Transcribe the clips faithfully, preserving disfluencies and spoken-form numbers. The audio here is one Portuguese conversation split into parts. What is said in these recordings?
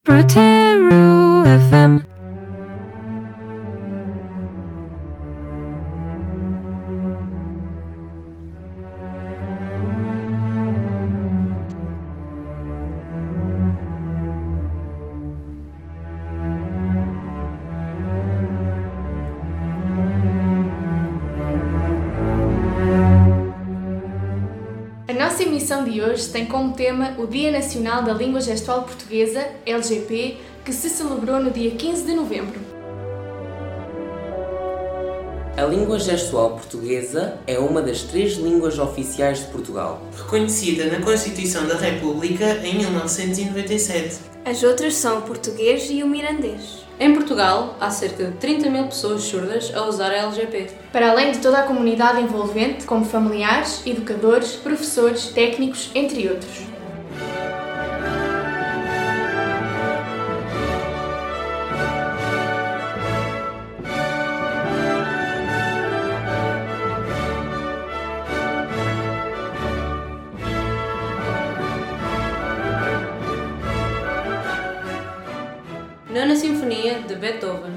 Brotero F M. A nossa emissão de hoje tem como tema o Dia Nacional da Língua Gestual Portuguesa, L G P, que se celebrou no dia quinze de novembro. A língua gestual portuguesa é uma das três línguas oficiais de Portugal, reconhecida na Constituição da República em mil novecentos e noventa e sete. As outras são o português e o mirandês. Em Portugal, há cerca de trinta mil pessoas surdas a usar a L G P. Para além de toda a comunidade envolvente, como familiares, educadores, professores, técnicos, entre outros. Nona Sinfonia de Beethoven.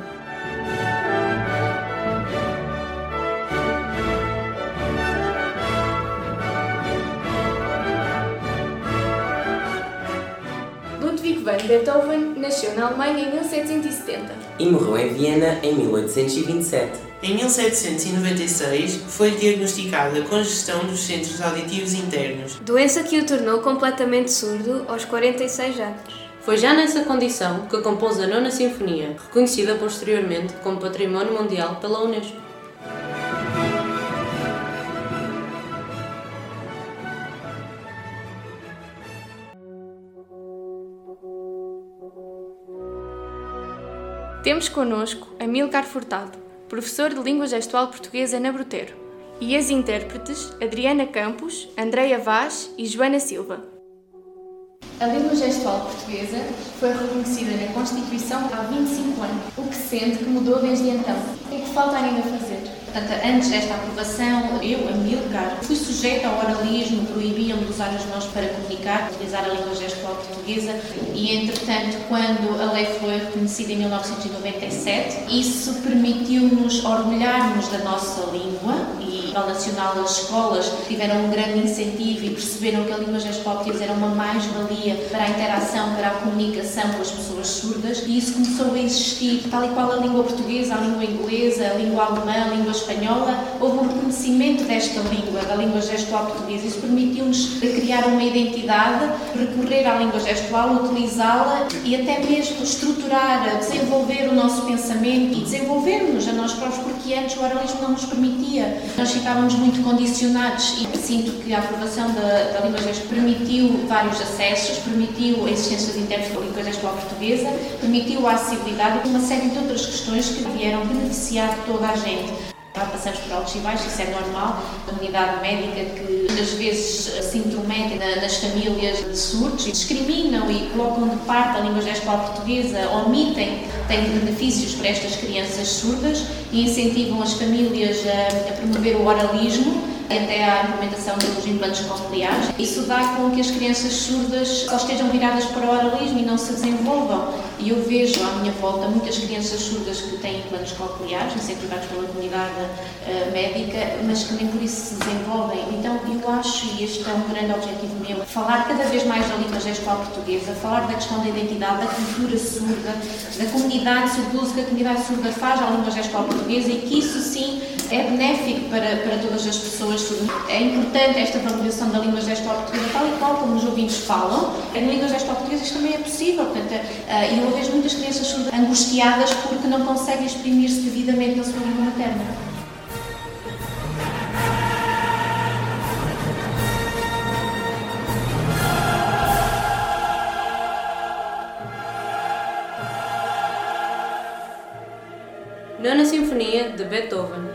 Ludwig van Beethoven nasceu na Alemanha em mil setecentos e setenta. e morreu em Viena em mil oitocentos e vinte e sete. Em mil setecentos e noventa e seis foi diagnosticada congestão dos centros auditivos internos, doença que o tornou completamente surdo aos quarenta e seis anos. Foi já nessa condição que compôs a Nona Sinfonia, reconhecida posteriormente como Património Mundial pela Unesco. Temos connosco Amílcar Furtado, professor de Língua Gestual Portuguesa na Brotero, e as intérpretes Adriana Campos, Andreia Vaz e Joana Silva. A língua gestual portuguesa foi reconhecida na Constituição há vinte e cinco anos. O que sente que mudou desde então? O que é que falta ainda fazer? Portanto, antes desta aprovação, eu, Amílcar, fui sujeita ao oralismo, proibiam-me de usar as mãos para comunicar, utilizar a língua gestual portuguesa e, entretanto, quando a lei foi reconhecida em mil novecentos e noventa e sete, isso permitiu-nos orgulharmos da nossa língua e, ao nacional, as escolas tiveram um grande incentivo e perceberam que a língua gestual portuguesa era uma mais-valia para a interação, para a comunicação com as pessoas surdas e isso começou a existir, tal e qual a língua portuguesa, a língua inglesa, a língua alemã, a língua espanhola, houve um reconhecimento desta língua, da língua gestual portuguesa. Isso permitiu-nos criar uma identidade, recorrer à língua gestual, utilizá-la e até mesmo estruturar, desenvolver o nosso pensamento e desenvolver-nos a nós próprios, porque antes o oralismo não nos permitia. Nós ficávamos muito condicionados e sinto que a aprovação da, da língua gestual permitiu vários acessos, permitiu a existência de intérpretes da língua gestual portuguesa, permitiu a acessibilidade e uma série de outras questões que vieram beneficiar toda a gente. Já passamos por altos e baixos, isso é normal. A comunidade médica que muitas vezes se intromete nas famílias de surdos e discriminam e colocam de parte a língua gestual portuguesa, omitem, têm benefícios para estas crianças surdas e incentivam as famílias a, a promover o oralismo e até à implementação dos implantes cocleares. Isso dá com que as crianças surdas só estejam viradas para o oralismo e não se desenvolvam. E eu vejo à minha volta muitas crianças surdas que têm implantes cocleares, incentivados pela comunidade uh, médica, mas que nem por isso se desenvolvem. Então eu acho, e este é um grande objetivo meu, falar cada vez mais da língua gestual portuguesa, falar da questão da identidade, da cultura surda, da comunidade surda, que a comunidade surda faz à língua gestual portuguesa e que isso sim é benéfico para, para todas as pessoas surdas. É importante esta valorização da língua gestual portuguesa, tal e qual como os ouvintes falam. Na língua gestual portuguesa isto também é possível. Portanto, uh, eu vejo muitas crianças surdas angustiadas porque não conseguem exprimir-se devidamente na sua língua materna. Nona Sinfonia de Beethoven.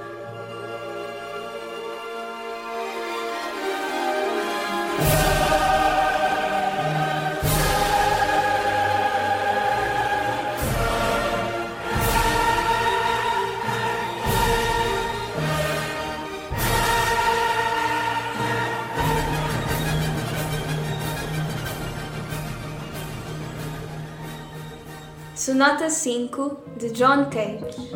Sonata cinco, de John Cage.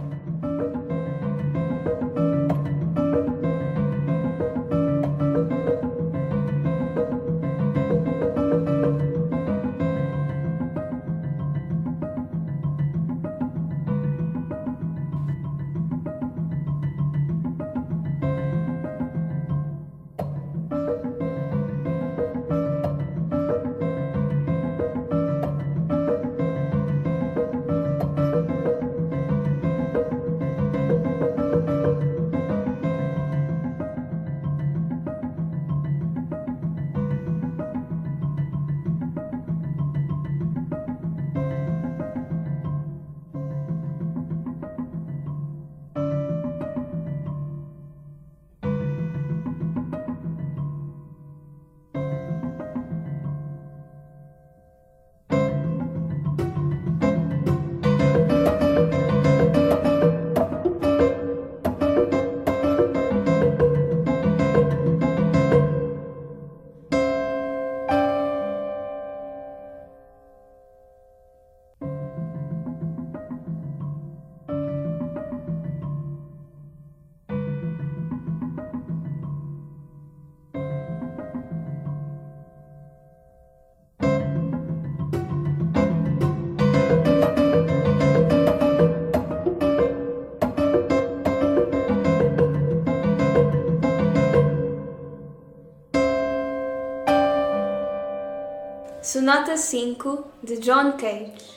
Sonata cinco, de John Cage.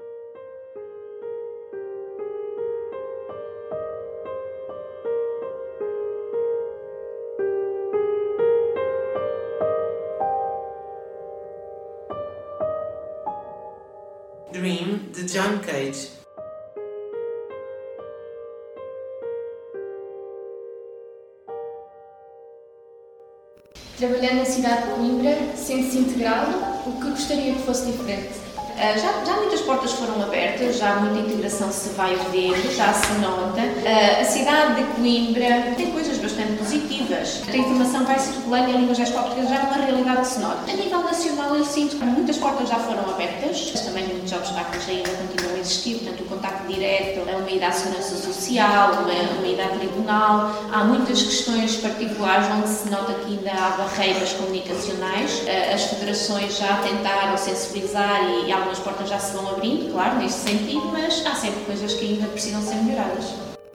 Dream, de John Cage. Trabalhando na cidade de Coimbra, sente-se integrado, o que gostaria que fosse diferente? Uh, já, já muitas portas foram abertas, já muita integração se vai ver, já se nota. Uh, a cidade de Coimbra tem coisas bastante positivas. A informação vai circulando e a língua gestual portuguesa já é uma realidade que se nota. A nível nacional, eu sinto que muitas portas já foram abertas, mas também muitos obstáculos ainda continuam a existir, portanto, o contacto direto, a uma ida à segurança social, uma, uma ida a tribunal. Há muitas questões particulares onde se nota que ainda há barreiras comunicacionais. Uh, as federações já tentaram sensibilizar e, e algumas portas já se vão abrindo, claro, neste sentido, mas há sempre coisas que ainda precisam ser melhoradas.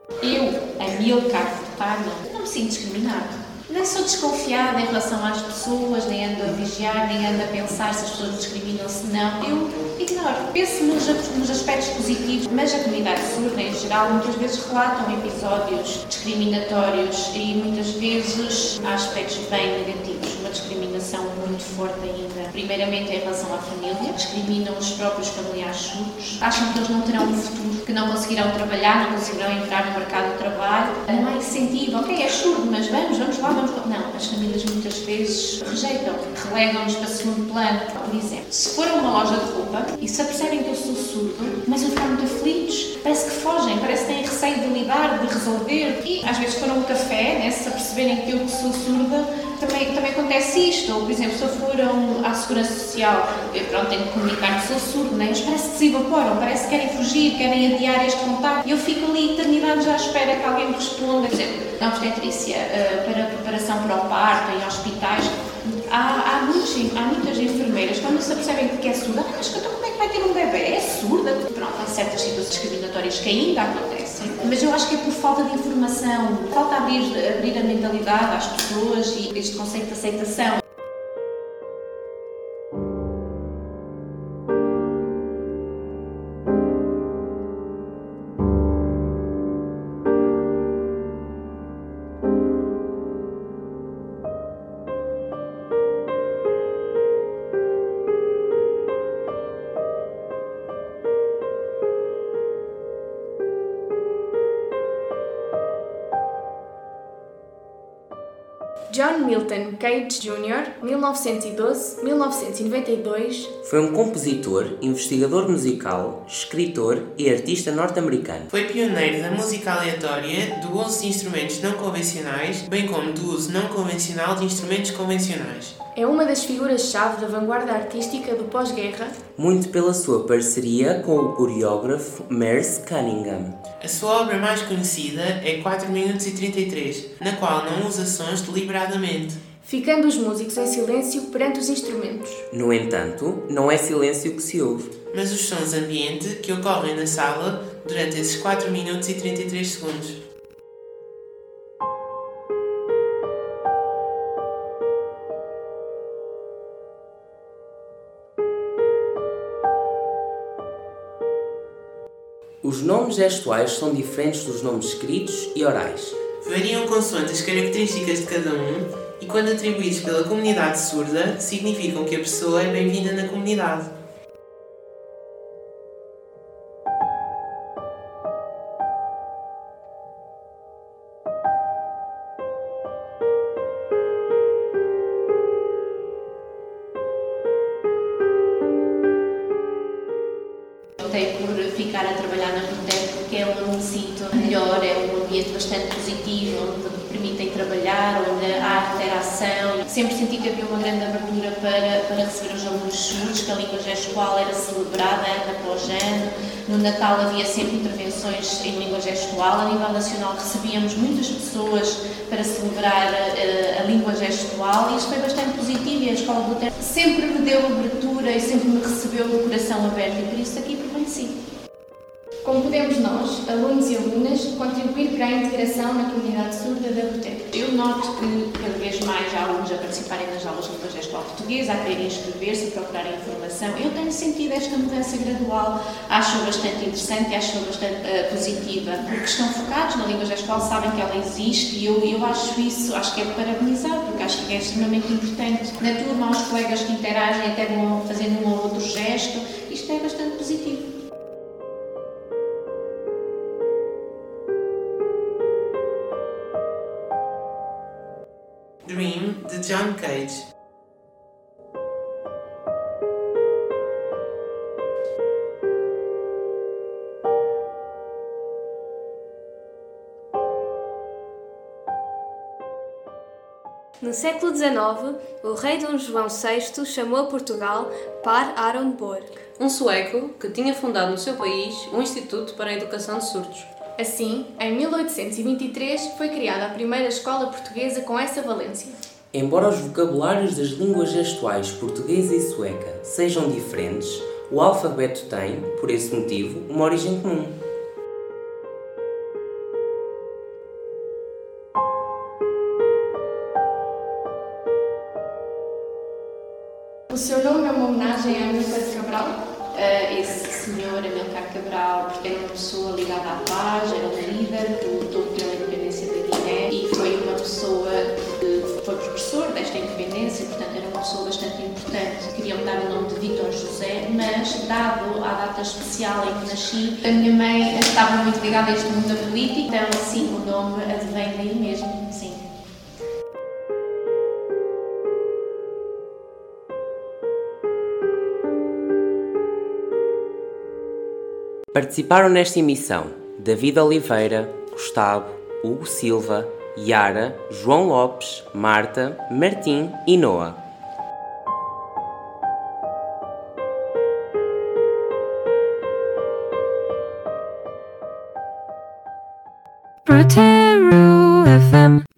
Eu, Amilcar Furtado, não me sinto discriminada. Nem sou desconfiada em relação às pessoas, nem ando a vigiar, nem ando a pensar se as pessoas discriminam ou se não. Eu ignoro. Penso nos, nos aspectos positivos, mas a comunidade surda, em geral, muitas vezes relatam episódios discriminatórios e muitas vezes há aspectos bem negativos. Uma discriminação muito forte ainda. Primeiramente em relação à família, discriminam os próprios familiares surdos, acham que eles não terão um futuro, que não conseguirão trabalhar, não conseguirão entrar no mercado de trabalho. Não há incentivo, ok, é surdo, mas vamos, vamos lá, vamos lá. Não, as famílias muitas vezes rejeitam, relegam-nos para segundo plano. Por exemplo, se for a uma loja de roupa e se apercebem que eu sou surdo, começam a ficar muito aflitos, parece que fogem, parece que têm receio de lidar, de resolver. E às vezes foram a um café, né, se aperceberem que eu que sou surda, também, também acontece isto. Ou, por exemplo, se eu for a um, à Segurança Social, eu pronto, tenho que comunicar que sou surdo, né? Eles parece que se evaporam, parece que querem fugir, querem adiar este contato. E eu fico ali eternidades à espera que alguém me responda. Por exemplo, na obstetrícia, uh, para a preparação para o parto, em hospitais, há, há, muitos, há muitas enfermeiras, quando se apercebem que é surda, ah, mas então como é que vai ter um bebê? É surda? Pronto, há certas situações discriminatórias que ainda acontecem, mas eu acho que é por falta de informação, falta abrir, abrir a mentalidade às pessoas e este conceito de aceitação. John Milton Cage Júnior, mil novecentos e doze a mil novecentos e noventa e dois, foi um compositor, investigador musical, escritor e artista norte-americano. Foi pioneiro da música aleatória, do uso de instrumentos não convencionais, bem como do uso não convencional de instrumentos convencionais. É uma das figuras-chave da vanguarda artística do pós-guerra, muito pela sua parceria com o coreógrafo Merce Cunningham. A sua obra mais conhecida é quatro minutos e trinta e três, na qual não usa sons deliberadamente, ficando os músicos em silêncio perante os instrumentos. No entanto, não é silêncio que se ouve, mas os sons ambiente que ocorrem na sala durante esses quatro minutos e trinta e três segundos. Os nomes gestuais são diferentes dos nomes escritos e orais. Variam consoante as características de cada um e, quando atribuídos pela comunidade surda, significam que a pessoa é bem-vinda na comunidade. Optei por ficar a trabalhar na Brutero porque é onde me sinto melhor, é um ambiente bastante positivo, onde me permitem trabalhar, onde há interação. Sempre senti que havia uma grande abertura para, para receber os alunos surdos, que a língua gestual era celebrada ano após ano. No Natal havia sempre intervenções em língua gestual. A nível nacional recebíamos muitas pessoas para celebrar a, a língua gestual e isto foi bastante positivo e a Escola Brutero sempre me deu abertura e sempre me recebeu de coração aberto e por isso aqui permaneci. Como podemos nós, alunos e alunas, contribuir para a integração na comunidade surda da Brutero? Eu noto que cada vez mais há alunos a participarem nas aulas de língua gestual portuguesa, a quererem inscrever-se, a procurarem informação. Eu tenho sentido esta mudança gradual, acho bastante interessante e acho bastante uh, positiva, porque estão focados na língua gestual, sabem que ela existe e eu, eu acho isso, acho que é de parabenizar, porque acho que é extremamente importante. Na turma, há os colegas que interagem até vão fazendo um ou outro gesto, isto é bastante positivo. Dream, de John Cage. No século dezenove, o rei Dom João sexto chamou a Portugal Par Aronborg, um sueco que tinha fundado no seu país um instituto para a educação de surdos. Assim, em mil oitocentos e vinte e três, foi criada a primeira escola portuguesa com essa valência. Embora os vocabulários das línguas gestuais portuguesa e sueca sejam diferentes, o alfabeto tem, por esse motivo, uma origem comum. O seu nome é uma homenagem a Amílcar Cabral? Uh, esse senhor, Amílcar Cabral, era uma pessoa ligada à paz, era um líder que lutou pela independência da Guiné e foi uma pessoa que foi professor desta independência, portanto era uma pessoa bastante importante. Queriam dar o nome de Vítor José, mas dado à data especial em que nasci, a minha mãe estava muito ligada a este mundo da política, então sim, o nome advém daí mesmo, sim. Participaram nesta emissão David Oliveira, Gustavo, Hugo Silva, Yara, João Lopes, Marta, Martim e Noah. Brutero F M